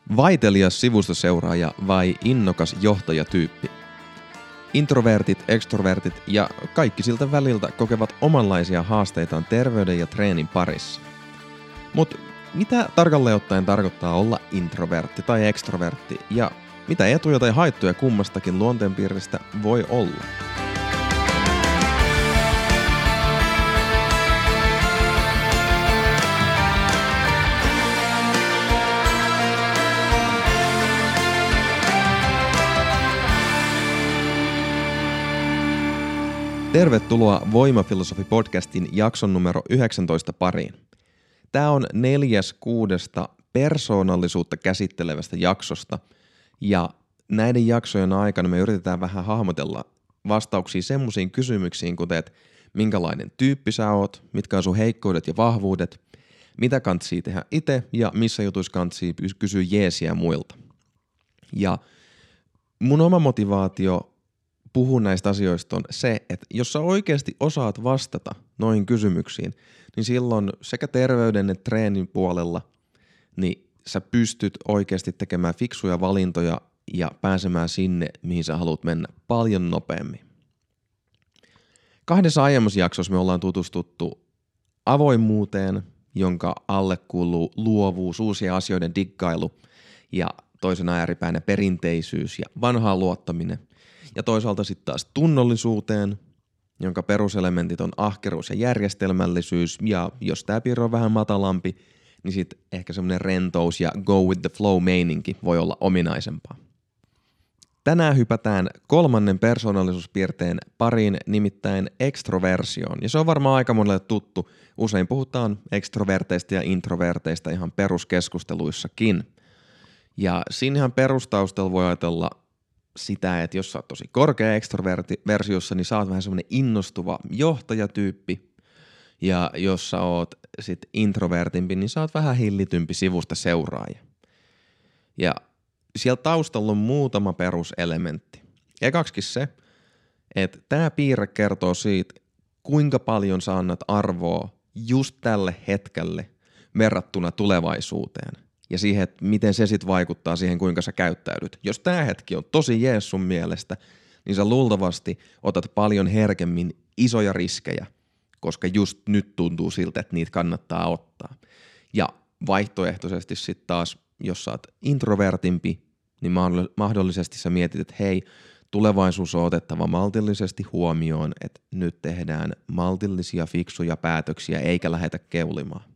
Vaitelias sivustoseuraaja vai innokas johtajatyyppi? Introvertit, extrovertit ja kaikki siltä väliltä kokevat omanlaisia haasteitaan terveyden ja treenin parissa. Mut mitä tarkalleen ottaen tarkoittaa olla introvertti tai extrovertti ja mitä etuja tai haittoja kummastakin luonteenpiiristä voi olla? Tervetuloa Voimafilosofi-podcastin jakson numero 19 pariin. Tämä on 4/6 persoonallisuutta käsittelevästä jaksosta, ja näiden jaksojen aikana me yritetään vähän hahmotella vastauksia semmoisiin kysymyksiin, kuten että minkälainen tyyppi sä oot, mitkä on sun heikkoudet ja vahvuudet, mitä kantsii tehdä itse ja missä jutuissa kantsii kysyä jeesiä muilta. Ja mun oma motivaatio puhun näistä asioista on se, että jos sä oikeasti osaat vastata noihin kysymyksiin, niin silloin sekä terveyden että treenin puolella, niin sä pystyt oikeasti tekemään fiksuja valintoja ja pääsemään sinne, mihin sä haluat mennä paljon nopeammin. 2 aiemmassa jaksossa me ollaan tutustuttu avoimuuteen, jonka alle kuuluu luovuus, uusien asioiden diggailu ja toisena ääripäänä perinteisyys ja vanhaan luottaminen. Ja toisaalta sitten taas tunnollisuuteen, jonka peruselementit on ahkeruus ja järjestelmällisyys, ja jos tämä piirre on vähän matalampi, niin sitten ehkä semmoinen rentous ja go with the flow meininki voi olla ominaisempaa. Tänään hypätään 3. persoonallisuuspiirteen pariin, nimittäin extroversioon, ja se on varmaan aika monelle tuttu. Usein puhutaan extroverteista ja introverteista ihan peruskeskusteluissakin. Ja siinä ihan perustaustalla voi ajatella sitä, että jos sä oot tosi korkea extroversiossa, niin sä oot vähän semmoinen innostuva johtajatyyppi. Ja jos sä oot sit introvertimpi, niin sä oot vähän hillitympi sivusta seuraaja. Ja siellä taustalla on muutama peruselementti. Ekaksikin se, että tää piirre kertoo siitä, kuinka paljon sä annat arvoa just tälle hetkelle verrattuna tulevaisuuteen. Ja siihen, että miten se sitten vaikuttaa siihen, kuinka sä käyttäydyt. Jos tää hetki on tosi jees sun mielestä, niin sä luultavasti otat paljon herkemmin isoja riskejä, koska just nyt tuntuu siltä, että niitä kannattaa ottaa. Ja vaihtoehtoisesti sitten taas, jos sä oot introvertimpi, niin mahdollisesti sä mietit, että hei, tulevaisuus on otettava maltillisesti huomioon, että nyt tehdään maltillisia, fiksuja päätöksiä eikä lähdetä keulimaan.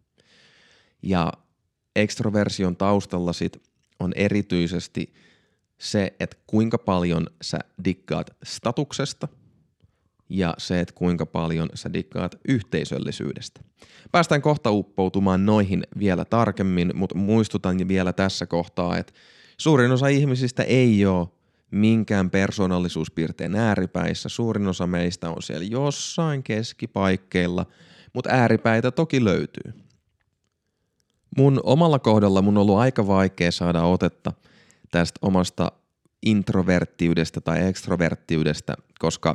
Ja extroversion taustalla sit on erityisesti se, että kuinka paljon sä diggaat statuksesta ja se, että kuinka paljon sä diggaat yhteisöllisyydestä. Päästään kohta uppoutumaan noihin vielä tarkemmin, mutta muistutan vielä tässä kohtaa, että suurin osa ihmisistä ei ole minkään persoonallisuuspiirteen ääripäissä. Suurin osa meistä on siellä jossain keskipaikkeilla, mutta ääripäitä toki löytyy. Mun omalla kohdalla mun on ollut aika vaikea saada otetta tästä omasta introverttiydestä tai extroverttiydestä, koska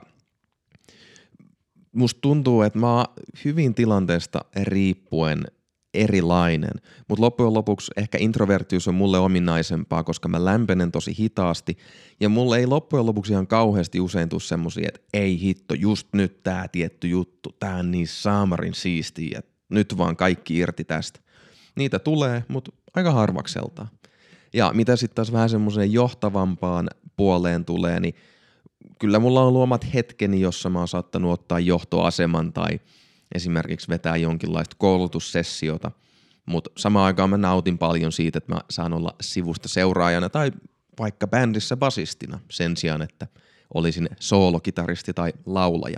musta tuntuu, että mä oon hyvin tilanteesta riippuen erilainen, mutta loppujen lopuksi ehkä introverttiys on mulle ominaisempaa, koska mä lämpenen tosi hitaasti ja mulle ei loppujen lopuksi ihan kauheasti usein tule semmosia, että ei hitto, just nyt tää tietty juttu, tää on niin saamarin siistiä, että nyt vaan kaikki irti tästä. Niitä tulee, mutta aika harvakselta. Ja mitä sitten taas vähän semmoiseen johtavampaan puoleen tulee, niin kyllä mulla on ollut omat hetkeni, jossa mä oon saattanut ottaa johtoaseman tai esimerkiksi vetää jonkinlaista koulutussessiota, mutta samaan aikaan mä nautin paljon siitä, että mä saan olla sivusta seuraajana tai vaikka bändissä basistina sen sijaan, että olisin soolokitaristi tai laulaja.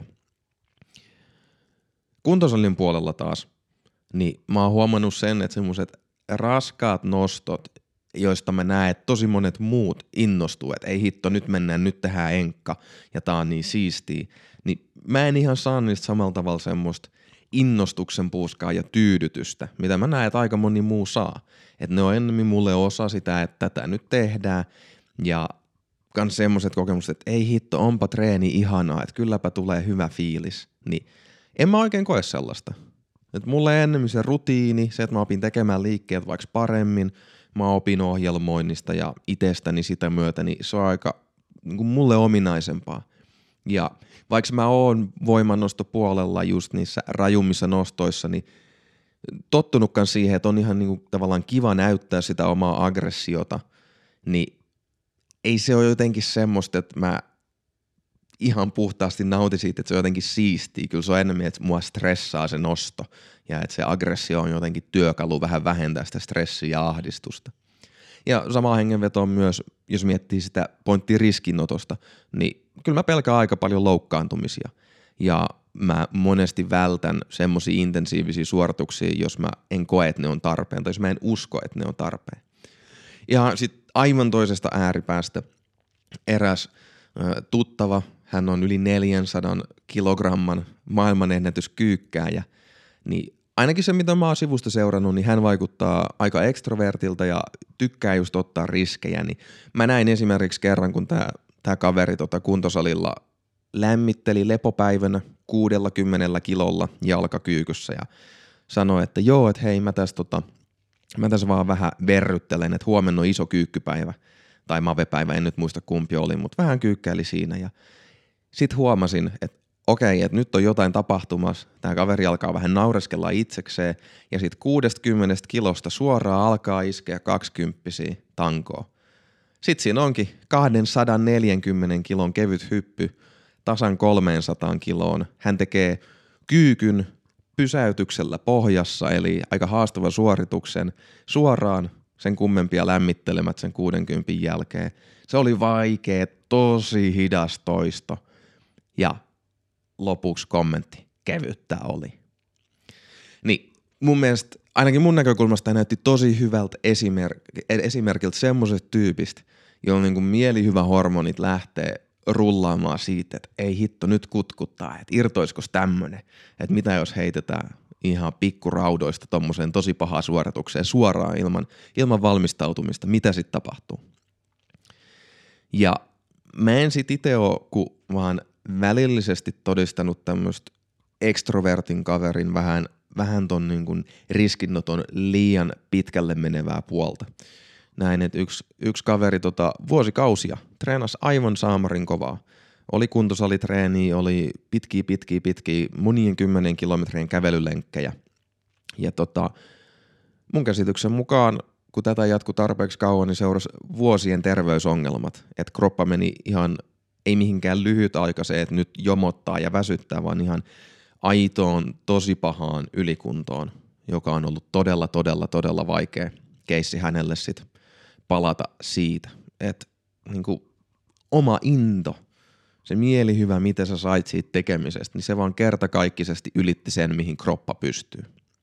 Kuntosalin puolella taas niin mä oon huomannut sen, että semmoiset raskaat nostot, joista mä näen, että tosi monet muut innostuu, että ei hitto, nyt mennään, nyt tehdään enkka ja tää on niin siistiä, niin mä en ihan saa niistä samalla tavalla semmoista innostuksen puuskaa ja tyydytystä, mitä mä näen, että aika moni muu saa. Että ne on enemmän mulle osa sitä, että tätä nyt tehdään ja kans semmoiset kokemukset, että ei hitto, onpa treeni ihanaa, että kylläpä tulee hyvä fiilis, niin en mä oikein koe sellaista. Että mulle ennemmin se rutiini, se, että mä opin tekemään liikkeet vaikka paremmin, mä opin ohjelmoinnista ja itsestäni sitä myötä, niin se on aika niin kuin mulle ominaisempaa. Ja vaikka mä oon voimannostopuolella just niissä rajummissa nostoissa, niin tottunutkaan siihen, että on ihan niin kuin tavallaan kiva näyttää sitä omaa aggressiota, niin ei se ole jotenkin semmoista, että mä ihan puhtaasti nautin siitä, että se on jotenkin siistiä. Kyllä se on enemmän, että mua stressaa se nosto ja että se aggressio on jotenkin työkalu vähän vähentää sitä stressiä ja ahdistusta. Ja sama hengenveto on myös, jos miettii sitä pointtia riskinotosta, niin kyllä mä pelkään aika paljon loukkaantumisia. Ja mä monesti vältän semmosia intensiivisiä suorituksia, jos mä en koe, että ne on tarpeen, tai jos mä en usko, että ne on tarpeen. Ja sitten aivan toisesta ääripäästä eräs tuttava, hän on yli 400 kilogramman maailmanennätyskyykkääjä, niin ainakin se, mitä mä oon sivusta seurannut, niin hän vaikuttaa aika ekstrovertilta ja tykkää just ottaa riskejä. Niin mä näin esimerkiksi kerran, kun tää kaveri kuntosalilla lämmitteli lepopäivänä 60 kilolla jalkakyykyssä ja sanoi, että joo, että hei, mä tässä vaan vähän verryttelen, että huomenna on iso kyykkypäivä tai mavepäivä, en nyt muista kumpi oli, mutta vähän kyykkäili siinä ja sit huomasin, että okei, että nyt on jotain tapahtumassa, tää kaveri alkaa vähän naureskella itsekseen ja sit 60 kilosta suoraan alkaa iskeä 20 tankoa. Sitten siinä onkin 240 kilon kevyt hyppy tasan 300 kiloon. Hän tekee kyykyn pysäytyksellä pohjassa, eli aika haastava suorituksen suoraan sen kummempia lämmittelemät sen 60 jälkeen. Se oli vaikea, tosi hidas toisto. Ja lopuksi kommentti, kevyttä oli. Niin mun mielestä, ainakin mun näkökulmasta näytti tosi hyvältä esimerkiltä semmoisesta tyypistä, jolla niin kuin mielihyvä hormonit lähtee rullaamaan siitä, että ei hitto, nyt kutkuttaa, että irtoisikos tämmönen, että mitä jos heitetään ihan pikkuraudoista tommoseen tosi pahaan suoritukseen suoraan ilman valmistautumista, mitä sitten tapahtuu. Ja mä en sit ite oo, kun vaan välillisesti todistanut tämmöistä ekstrovertin kaverin vähän ton niin kuin riskinoton liian pitkälle menevää puolta. Näin, että yksi kaveri vuosikausia treenasi aivan saamarin kovaa. Oli kuntosalitreeniä, oli pitkiä monien 10 kilometrien kävelylenkkejä. Ja mun käsityksen mukaan, kun tätä jatkui tarpeeksi kauan, niin seurasi vuosien terveysongelmat. Että kroppa meni ihan, ei mihinkään lyhytaikaiseen, että nyt jomottaa ja väsyttää, vaan ihan aitoon, tosi pahaan ylikuntoon, joka on ollut todella vaikea keissi hänelle sit palata siitä. Että niinku oma into, se mielihyvä, mitä sä sait siitä tekemisestä, niin se vaan kertakaikkisesti ylitti sen, mihin kroppa pystyy.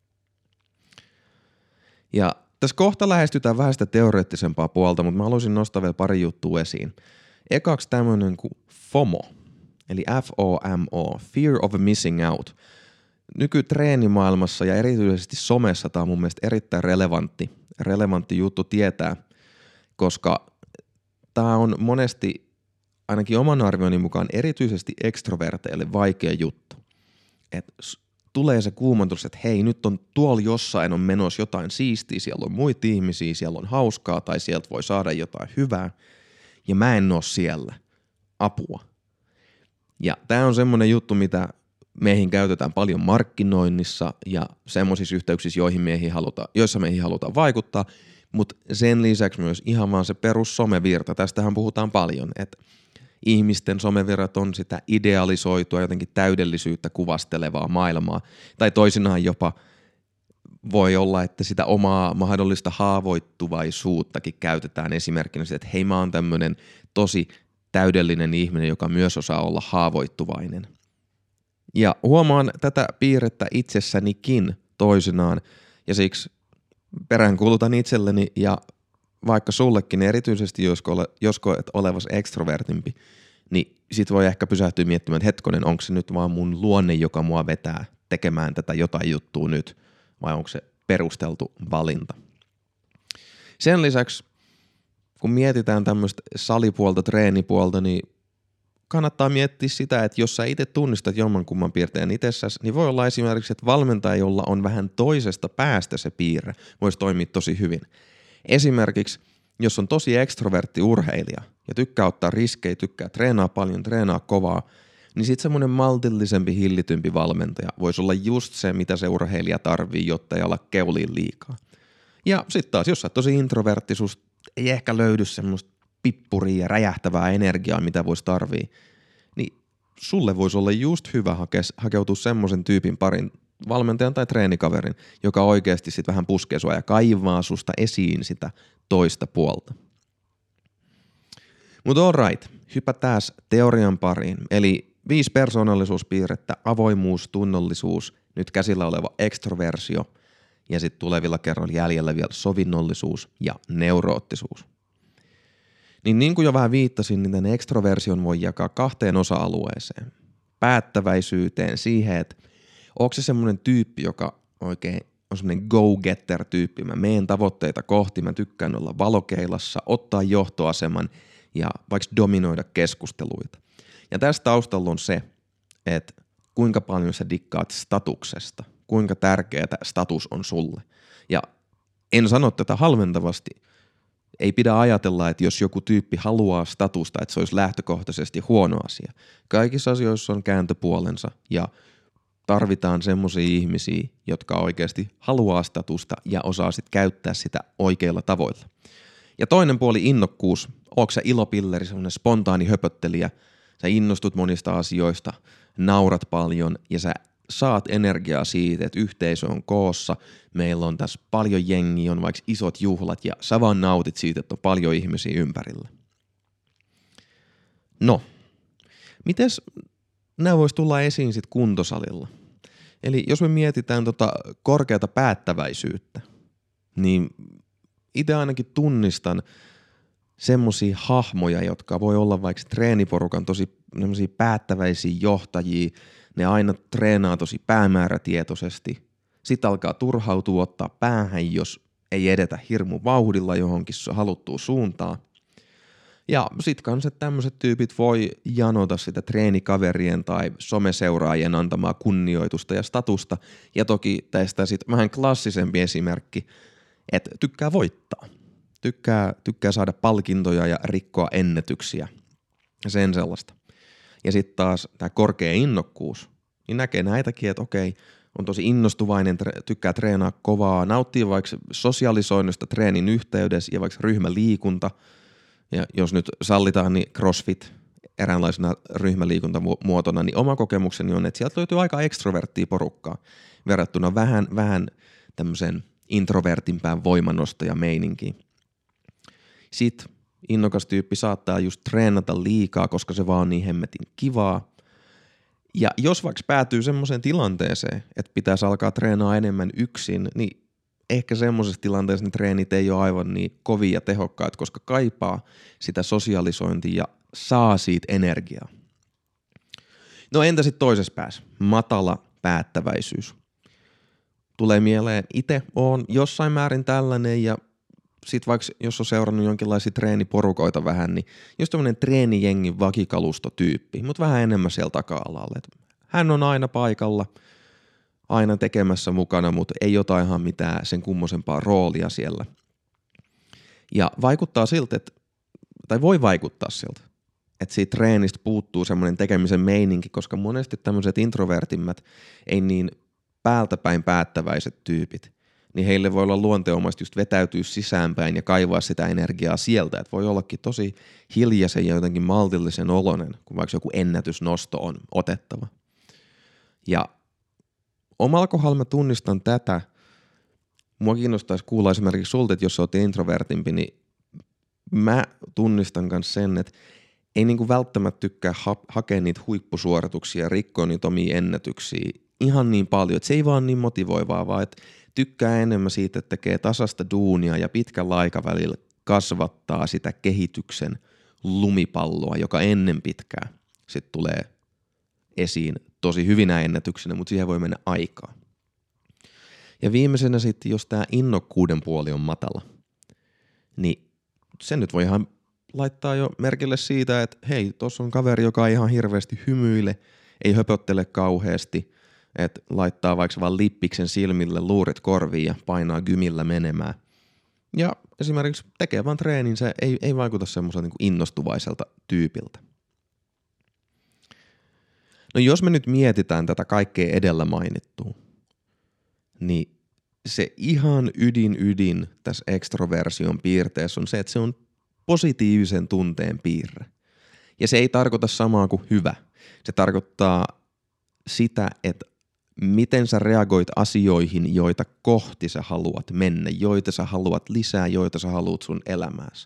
Ja tässä kohta lähestytään vähän sitä teoreettisempaa puolta, mutta mä haluaisin nostaa vielä pari juttua esiin. Ekaksi tämmönen kuin FOMO, eli FOMO, Fear of Missing Out. Nykytreenimaailmassa ja erityisesti somessa tää on mun mielestä erittäin relevantti juttu tietää, koska tää on monesti, ainakin oman arvioinnin mukaan, erityisesti ekstroverteille vaikea juttu. Et tulee se kuumantus, että hei, nyt on tuolla jossain on menossa jotain siistiä, siellä on muita ihmisiä, siellä on hauskaa tai sieltä voi saada jotain hyvää ja mä en oo siellä. Apua. Ja tää on semmonen juttu, mitä meihin käytetään paljon markkinoinnissa ja semmoisissa yhteyksissä, joissa meihin halutaan vaikuttaa, mutta sen lisäksi myös ihan vaan se perus somevirta. Tästähän puhutaan paljon, että ihmisten somevirrat on sitä idealisoitua, jotenkin täydellisyyttä kuvastelevaa maailmaa. Tai toisinaan jopa voi olla, että sitä omaa mahdollista haavoittuvaisuuttakin käytetään esimerkkinä siitä, että hei, mä oon tämmönen tosi täydellinen ihminen, joka myös osaa olla haavoittuvainen. Ja huomaan tätä piirrettä itsessänikin toisinaan, ja peräänkuulutan itselleni ja vaikka sullekin, erityisesti jos koet olevasi ekstrovertimpi, niin sit voi ehkä pysähtyä miettimään, että hetkonen, onko se nyt vaan mun luonne, joka mua vetää tekemään tätä jotain juttua nyt, vai onko se perusteltu valinta. Sen lisäksi, kun mietitään tämmöistä salipuolta, treenipuolta, niin kannattaa miettiä sitä, että jos sä itse tunnistat jommankumman piirteen itsessäsi, niin voi olla esimerkiksi, että valmentaja, jolla on vähän toisesta päästä se piirre, voisi toimia tosi hyvin. Esimerkiksi, jos on tosi ekstrovertti urheilija ja tykkää ottaa riskejä, tykkää treenaa paljon, treenaa kovaa, niin sitten semmoinen maltillisempi, hillitympi valmentaja voisi olla just se, mitä se urheilija tarvii, jotta ei ala keuliin liikaa. Ja sitten taas, jos sä oot tosi introvertti, susta ei ehkä löydy semmoista pippuria ja räjähtävää energiaa, mitä voisi tarvii, niin sulle voisi olla just hyvä hakeutua semmoisen tyypin parin valmentajan tai treenikaverin, joka oikeasti sitten vähän puskee sua ja kaivaa susta esiin sitä toista puolta. Mutta alright, hypätään teorian pariin. Eli 5 persoonallisuuspiirrettä, avoimuus, tunnollisuus, nyt käsillä oleva ekstroversio ja sitten tulevilla kerroilla jäljellä vielä sovinnollisuus ja neuroottisuus. Niin kuin jo vähän viittasin, niin tämän ekstroversion voi jakaa 2 osa-alueeseen. Päättäväisyyteen, siihen, että onko se semmoinen tyyppi, joka oikein on semmoinen go-getter-tyyppi. Mä meen tavoitteita kohti, mä tykkään olla valokeilassa, ottaa johtoaseman ja vaikka dominoida keskusteluita. Ja tästä taustalla on se, että kuinka paljon sä dikkaat statuksesta, kuinka tärkeää status on sulle. Ja en sano tätä halventavasti. Ei pidä ajatella, että jos joku tyyppi haluaa statusta, että se olisi lähtökohtaisesti huono asia. Kaikissa asioissa on kääntöpuolensa ja tarvitaan semmoisia ihmisiä, jotka oikeasti haluaa statusta ja osaa sitten käyttää sitä oikeilla tavoilla. Ja toinen puoli, innokkuus. Ootko sä ilopilleri, semmoinen spontaani höpöttelijä? Sä innostut monista asioista, naurat paljon ja sä saat energiaa siitä, että yhteisö on koossa, meillä on tässä paljon jengiä, on vaikka isot juhlat ja sä vaan nautit siitä, että on paljon ihmisiä ympärillä. No, mites nämä vois tulla esiin sit kuntosalilla? Eli jos me mietitään korkeata päättäväisyyttä, niin itse ainakin tunnistan semmosia hahmoja, jotka voi olla vaikka treeniporukan tosi päättäväisiä johtajia, ne aina treenaa tosi päämäärätietoisesti. Sitten alkaa turhautua, ottaa päähän, jos ei edetä hirmu vauhdilla johonkin haluttuun suuntaan. Ja sit kans, että tämmöiset tyypit voi janota sitä treenikaverien tai someseuraajien antamaa kunnioitusta ja statusta. Ja toki tästä sit vähän klassisempi esimerkki, että tykkää voittaa. Tykkää saada palkintoja ja rikkoa ennätyksiä. Sen sellaista. Ja sitten taas tämä korkea innokkuus, niin näkee näitäkin, että okei, on tosi innostuvainen, tykkää treenaa kovaa, nauttii vaikka sosialisoinnista treenin yhteydessä ja vaikka ryhmäliikunta. Ja jos nyt sallitaan, niin CrossFit eräänlaisena ryhmäliikuntamuotona, niin oma kokemukseni on, että sieltä löytyy aika ekstroverttia porukkaa verrattuna vähän tämmöiseen introvertimpään voimanostaja meininkiin. Sitten innokas tyyppi saattaa just treenata liikaa, koska se vaan on niin hemmetin kivaa. Ja jos vaikka päätyy semmoiseen tilanteeseen, että pitäisi alkaa treenaa enemmän yksin, niin ehkä semmoisessa tilanteessa ne treenit ei ole aivan niin kovia ja tehokkaat, koska kaipaa sitä sosialisointia ja saa siitä energiaa. No entä sitten toisessa päässä? Matala päättäväisyys. Tulee mieleen, itse oon jossain määrin tällainen ja sit vaikka jos on seurannut jonkinlaisia treeniporukoita vähän, niin just tämmönen treenijengin vakikalustotyyppi, mutta vähän enemmän siellä taka-alalla. Hän on aina paikalla, aina tekemässä mukana, mutta ei jotain mitään sen kummosempaa roolia siellä. Ja vaikuttaa siltä, voi vaikuttaa siltä, että siitä treenistä puuttuu semmoinen tekemisen meininki, koska monesti tämmöiset introvertimmät, ei niin päältäpäin päättäväiset tyypit, niin heille voi olla luonteenomaisesti just vetäytyä sisäänpäin ja kaivaa sitä energiaa sieltä, että voi ollakin tosi hiljaisen ja jotenkin maltillisen oloinen, kun vaikka joku ennätysnosto on otettava. Ja omalla kohdalla mä tunnistan tätä. Mua kiinnostaisi kuulla esimerkiksi sulta, että jos sä oot introvertimpi, niin mä tunnistan myös sen, että ei niinku välttämättä tykkää hakea niitä huippusuorituksia ja rikkoa niitä omia ennätyksiä ihan niin paljon, että se ei vaan niin motivoivaa, vaan että tykkää enemmän siitä, että tekee tasasta duunia ja pitkällä aikavälillä kasvattaa sitä kehityksen lumipalloa, joka ennen pitkää sitten tulee esiin tosi hyvinä ennätyksinä, mutta siihen voi mennä aikaa. Ja viimeisenä sitten, jos tämä innokkuuden puoli on matala, niin sen nyt voi ihan laittaa jo merkille siitä, että hei, tuossa on kaveri, joka ei ihan hirveästi hymyile, ei höpöttele kauheasti, että laittaa vaikka vaan lippiksen silmille, luurit korviin ja painaa gymillä menemään. Ja esimerkiksi tekee vaan treenin, se ei vaikuta semmoiselta niin innostuvaiselta tyypiltä. No jos me nyt mietitään tätä kaikkea edellä mainittua, niin se ihan ydin tässä ekstroversion piirteessä on se, että se on positiivisen tunteen piirre. Ja se ei tarkoita samaa kuin hyvä. Se tarkoittaa sitä, että miten sä reagoit asioihin, joita kohti sä haluat mennä, joita sä haluat lisää, joita sä haluat sun elämääsi.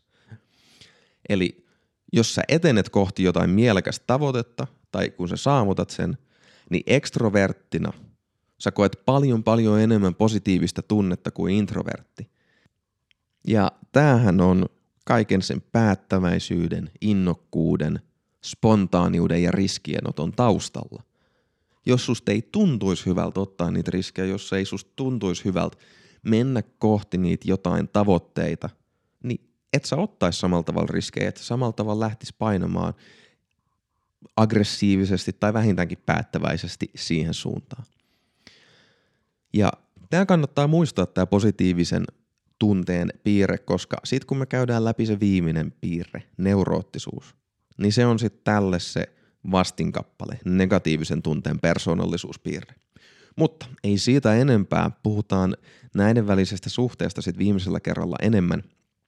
Eli jos sä etenet kohti jotain mielekästä tavoitetta, tai kun sä saavutat sen, niin ekstroverttina sä koet paljon enemmän positiivista tunnetta kuin introvertti. Ja tämähän on kaiken sen päättäväisyyden, innokkuuden, spontaaniuden ja riskienoton taustalla. Jos susta ei tuntuisi hyvältä ottaa niitä riskejä, jos ei susta tuntuisi hyvältä mennä kohti niitä jotain tavoitteita, niin et sä ottaisi samalla tavalla riskejä, et sä samalla tavalla lähtisi painamaan aggressiivisesti tai vähintäänkin päättäväisesti siihen suuntaan. Ja tämä kannattaa muistaa, tämä positiivisen tunteen piirre, koska sit kun me käydään läpi se viimeinen piirre, neuroottisuus, niin se on sitten tälle se vastinkappale, negatiivisen tunteen persoonallisuuspiirre. Mutta ei siitä enempää, puhutaan näiden välisestä suhteesta sitten viimeisellä kerralla enemmän.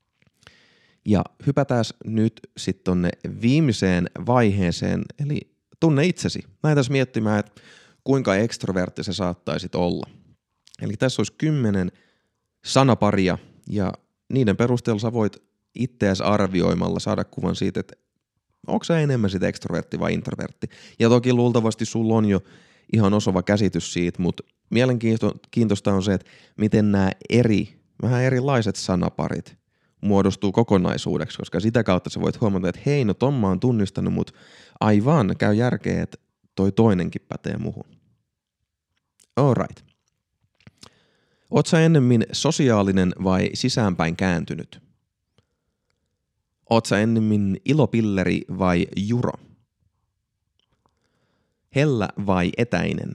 Ja hypätään nyt sitten tonne viimeiseen vaiheeseen, eli tunne itsesi. Lähdetään miettimään, että kuinka ekstrovertti se saattaisit olla. Eli tässä olisi 10 sanaparia, ja niiden perusteella sä voit itseäsi arvioimalla saada kuvan siitä, että onko sä enemmän sit ekstrovertti vai introvertti. Ja toki luultavasti sulla on jo ihan osuva käsitys siitä, mutta mielenkiintoista on se, että miten nämä vähän erilaiset sanaparit muodostuu kokonaisuudeksi, koska sitä kautta sä voit huomata, että hei, no ton mä oon tunnistanut, mutta aivan käy järkeä, että toi toinenkin pätee muhun. Alright. Oot sä ennemmin sosiaalinen vai sisäänpäin kääntynyt? Oot sä ennemmin ilopilleri vai juro? Hellä vai etäinen?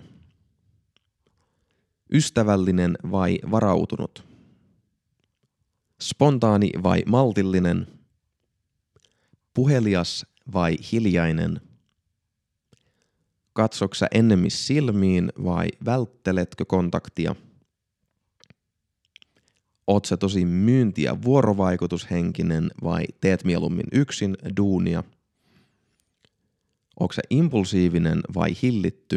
Ystävällinen vai varautunut? Spontaani vai maltillinen? Puhelias vai hiljainen? Katsoksa sä ennemmin silmiin vai vältteletkö kontaktia? Oot sä tosi myynti- ja vuorovaikutushenkinen vai teet mieluummin yksin duunia? Ootko sä impulsiivinen vai hillitty?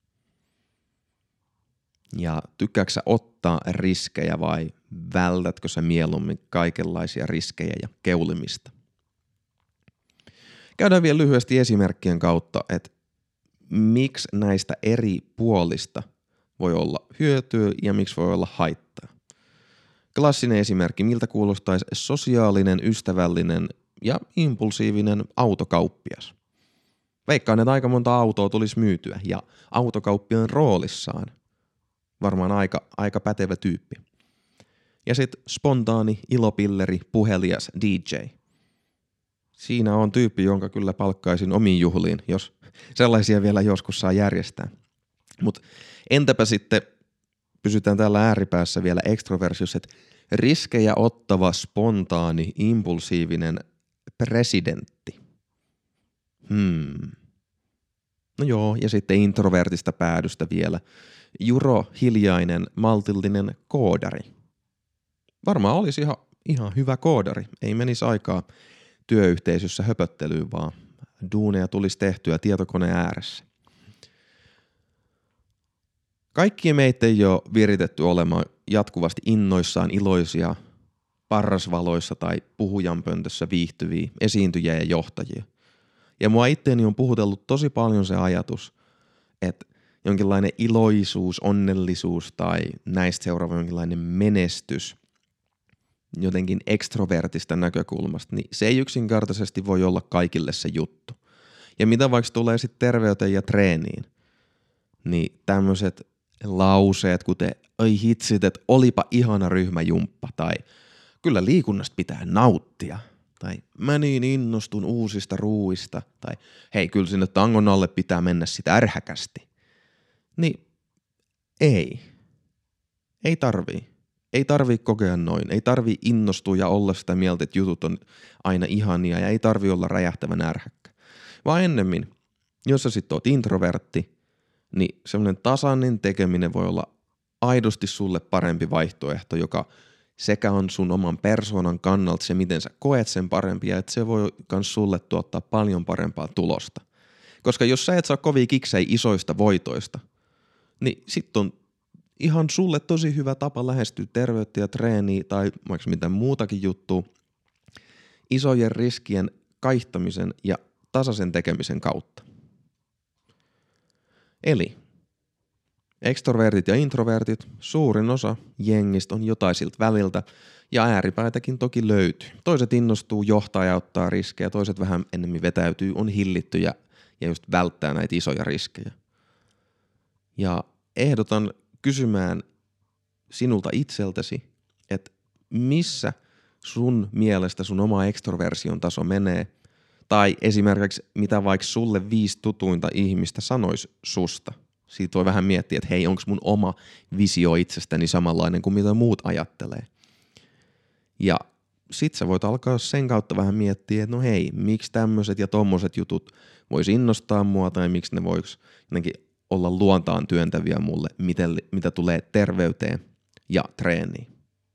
Ja tykkääksä sä ottaa riskejä vai vältätkö sä mieluummin kaikenlaisia riskejä ja keulimista? Käydään vielä lyhyesti esimerkkien kautta, että miksi näistä eri puolista voi olla hyötyä ja miksi voi olla haittaa. Klassinen esimerkki, miltä kuulostaisi sosiaalinen, ystävällinen ja impulsiivinen autokauppias. Veikkaan, että aika monta autoa tulisi myytyä ja autokauppiaan roolissaan varmaan aika pätevä tyyppi. Ja sitten spontaani, ilopilleri, puhelias DJ. Siinä on tyyppi, jonka kyllä palkkaisin omiin juhliin, jos sellaisia vielä joskus saa järjestää. Mutta entäpä sitten, pysytään täällä ääripäässä vielä ekstroversiossa, että riskejä ottava, spontaani, impulsiivinen presidentti. No joo, ja sitten introvertista päädystä vielä. Juro, hiljainen, maltillinen koodari. Varmaan olisi ihan hyvä koodari. Ei menisi aikaa työyhteisössä höpöttelyyn, vaan duuneja tulisi tehtyä tietokoneen ääressä. Kaikkien meitä ei ole viritetty olemaan jatkuvasti innoissaan iloisia, parrasvaloissa tai puhujanpöntössä viihtyviä esiintyjiä ja johtajia. Ja mua itteeni on puhutellut tosi paljon se ajatus, että jonkinlainen iloisuus, onnellisuus tai näistä seuraava jonkinlainen menestys jotenkin ekstrovertista näkökulmasta, niin se ei yksinkertaisesti voi olla kaikille se juttu. Ja mitä vaikka tulee sitten terveyteen ja treeniin, niin tämmöiset lauseet, kuten oi hitsit, että olipa ihana ryhmäjumppa, tai kyllä liikunnasta pitää nauttia, tai mä niin innostun uusista ruuista, tai hei, kyllä sinne tangon alle pitää mennä sitä ärhäkästi. Niin ei tarvii. Ei tarvii kokea noin, ei tarvii innostua ja olla sitä mieltä, että jutut on aina ihania ja ei tarvii olla räjähtävän ärhäkkä. Vaan ennemmin, jos sä sit oot introvertti, niin semmoinen tasainen tekeminen voi olla aidosti sulle parempi vaihtoehto, joka sekä on sun oman persoonan kannalta se, miten sä koet sen parempi, ja että se voi kans sulle tuottaa paljon parempaa tulosta. Koska jos sä et saa kovia kiksei isoista voitoista, niin sit on ihan sulle tosi hyvä tapa lähestyä terveyttä ja treeniä tai vaikka mitään muutakin juttua isojen riskien kaihtamisen ja tasaisen tekemisen kautta. Eli ekstrovertit ja introvertit, suurin osa jengistä on jotain siltä väliltä ja ääripäitäkin toki löytyy. Toiset innostuu, johtaa ja ottaa riskejä, toiset vähän enemmän vetäytyy, on hillittyjä ja just välttää näitä isoja riskejä. Ja ehdotan kysymään sinulta itseltäsi, että missä sun mielestä sun oma ekstroversion taso menee, tai esimerkiksi mitä vaikka sulle 5 tutuinta ihmistä sanois susta. Siitä voi vähän miettiä, että hei, onko mun oma visio itsestäni samanlainen kuin mitä muut ajattelee. Ja sit sä voit alkaa sen kautta vähän miettiä, että no hei, miksi tämmöiset ja tommoset jutut vois innostaa mua, tai miksi ne vois jotenkin olla luontaan työntäviä mulle, mitä tulee terveyteen ja treeniin.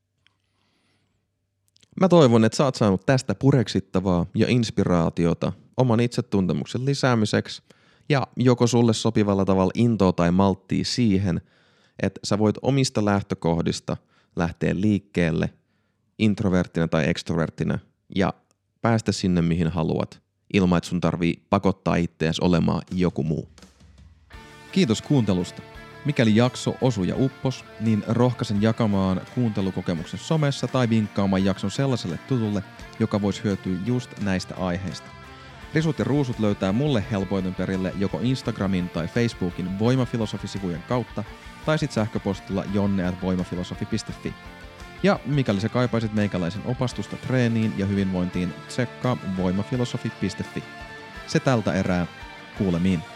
Mä toivon, että sä oot saanut tästä pureksittavaa ja inspiraatiota oman itsetuntemuksen lisäämiseksi ja joko sulle sopivalla tavalla intoa tai malttia siihen, että sä voit omista lähtökohdista lähteä liikkeelle introverttina tai ekstroverttina ja päästä sinne mihin haluat ilman, että sun tarvii pakottaa itseäsi olemaan joku muu. Kiitos kuuntelusta. Mikäli jakso osui ja uppos, niin rohkaisen jakamaan kuuntelukokemuksen somessa tai vinkkaamaan jakson sellaiselle tutulle, joka voisi hyötyä just näistä aiheista. Risut ja ruusut löytää mulle helpoiten perille joko Instagramin tai Facebookin Voimafilosofi-sivujen kautta tai sit sähköpostilla jonne@voimafilosofi.fi. Ja mikäli sä kaipaisit meikäläisen opastusta treeniin ja hyvinvointiin, tsekkaa voimafilosofi.fi. Se tältä erää. Kuulemiin.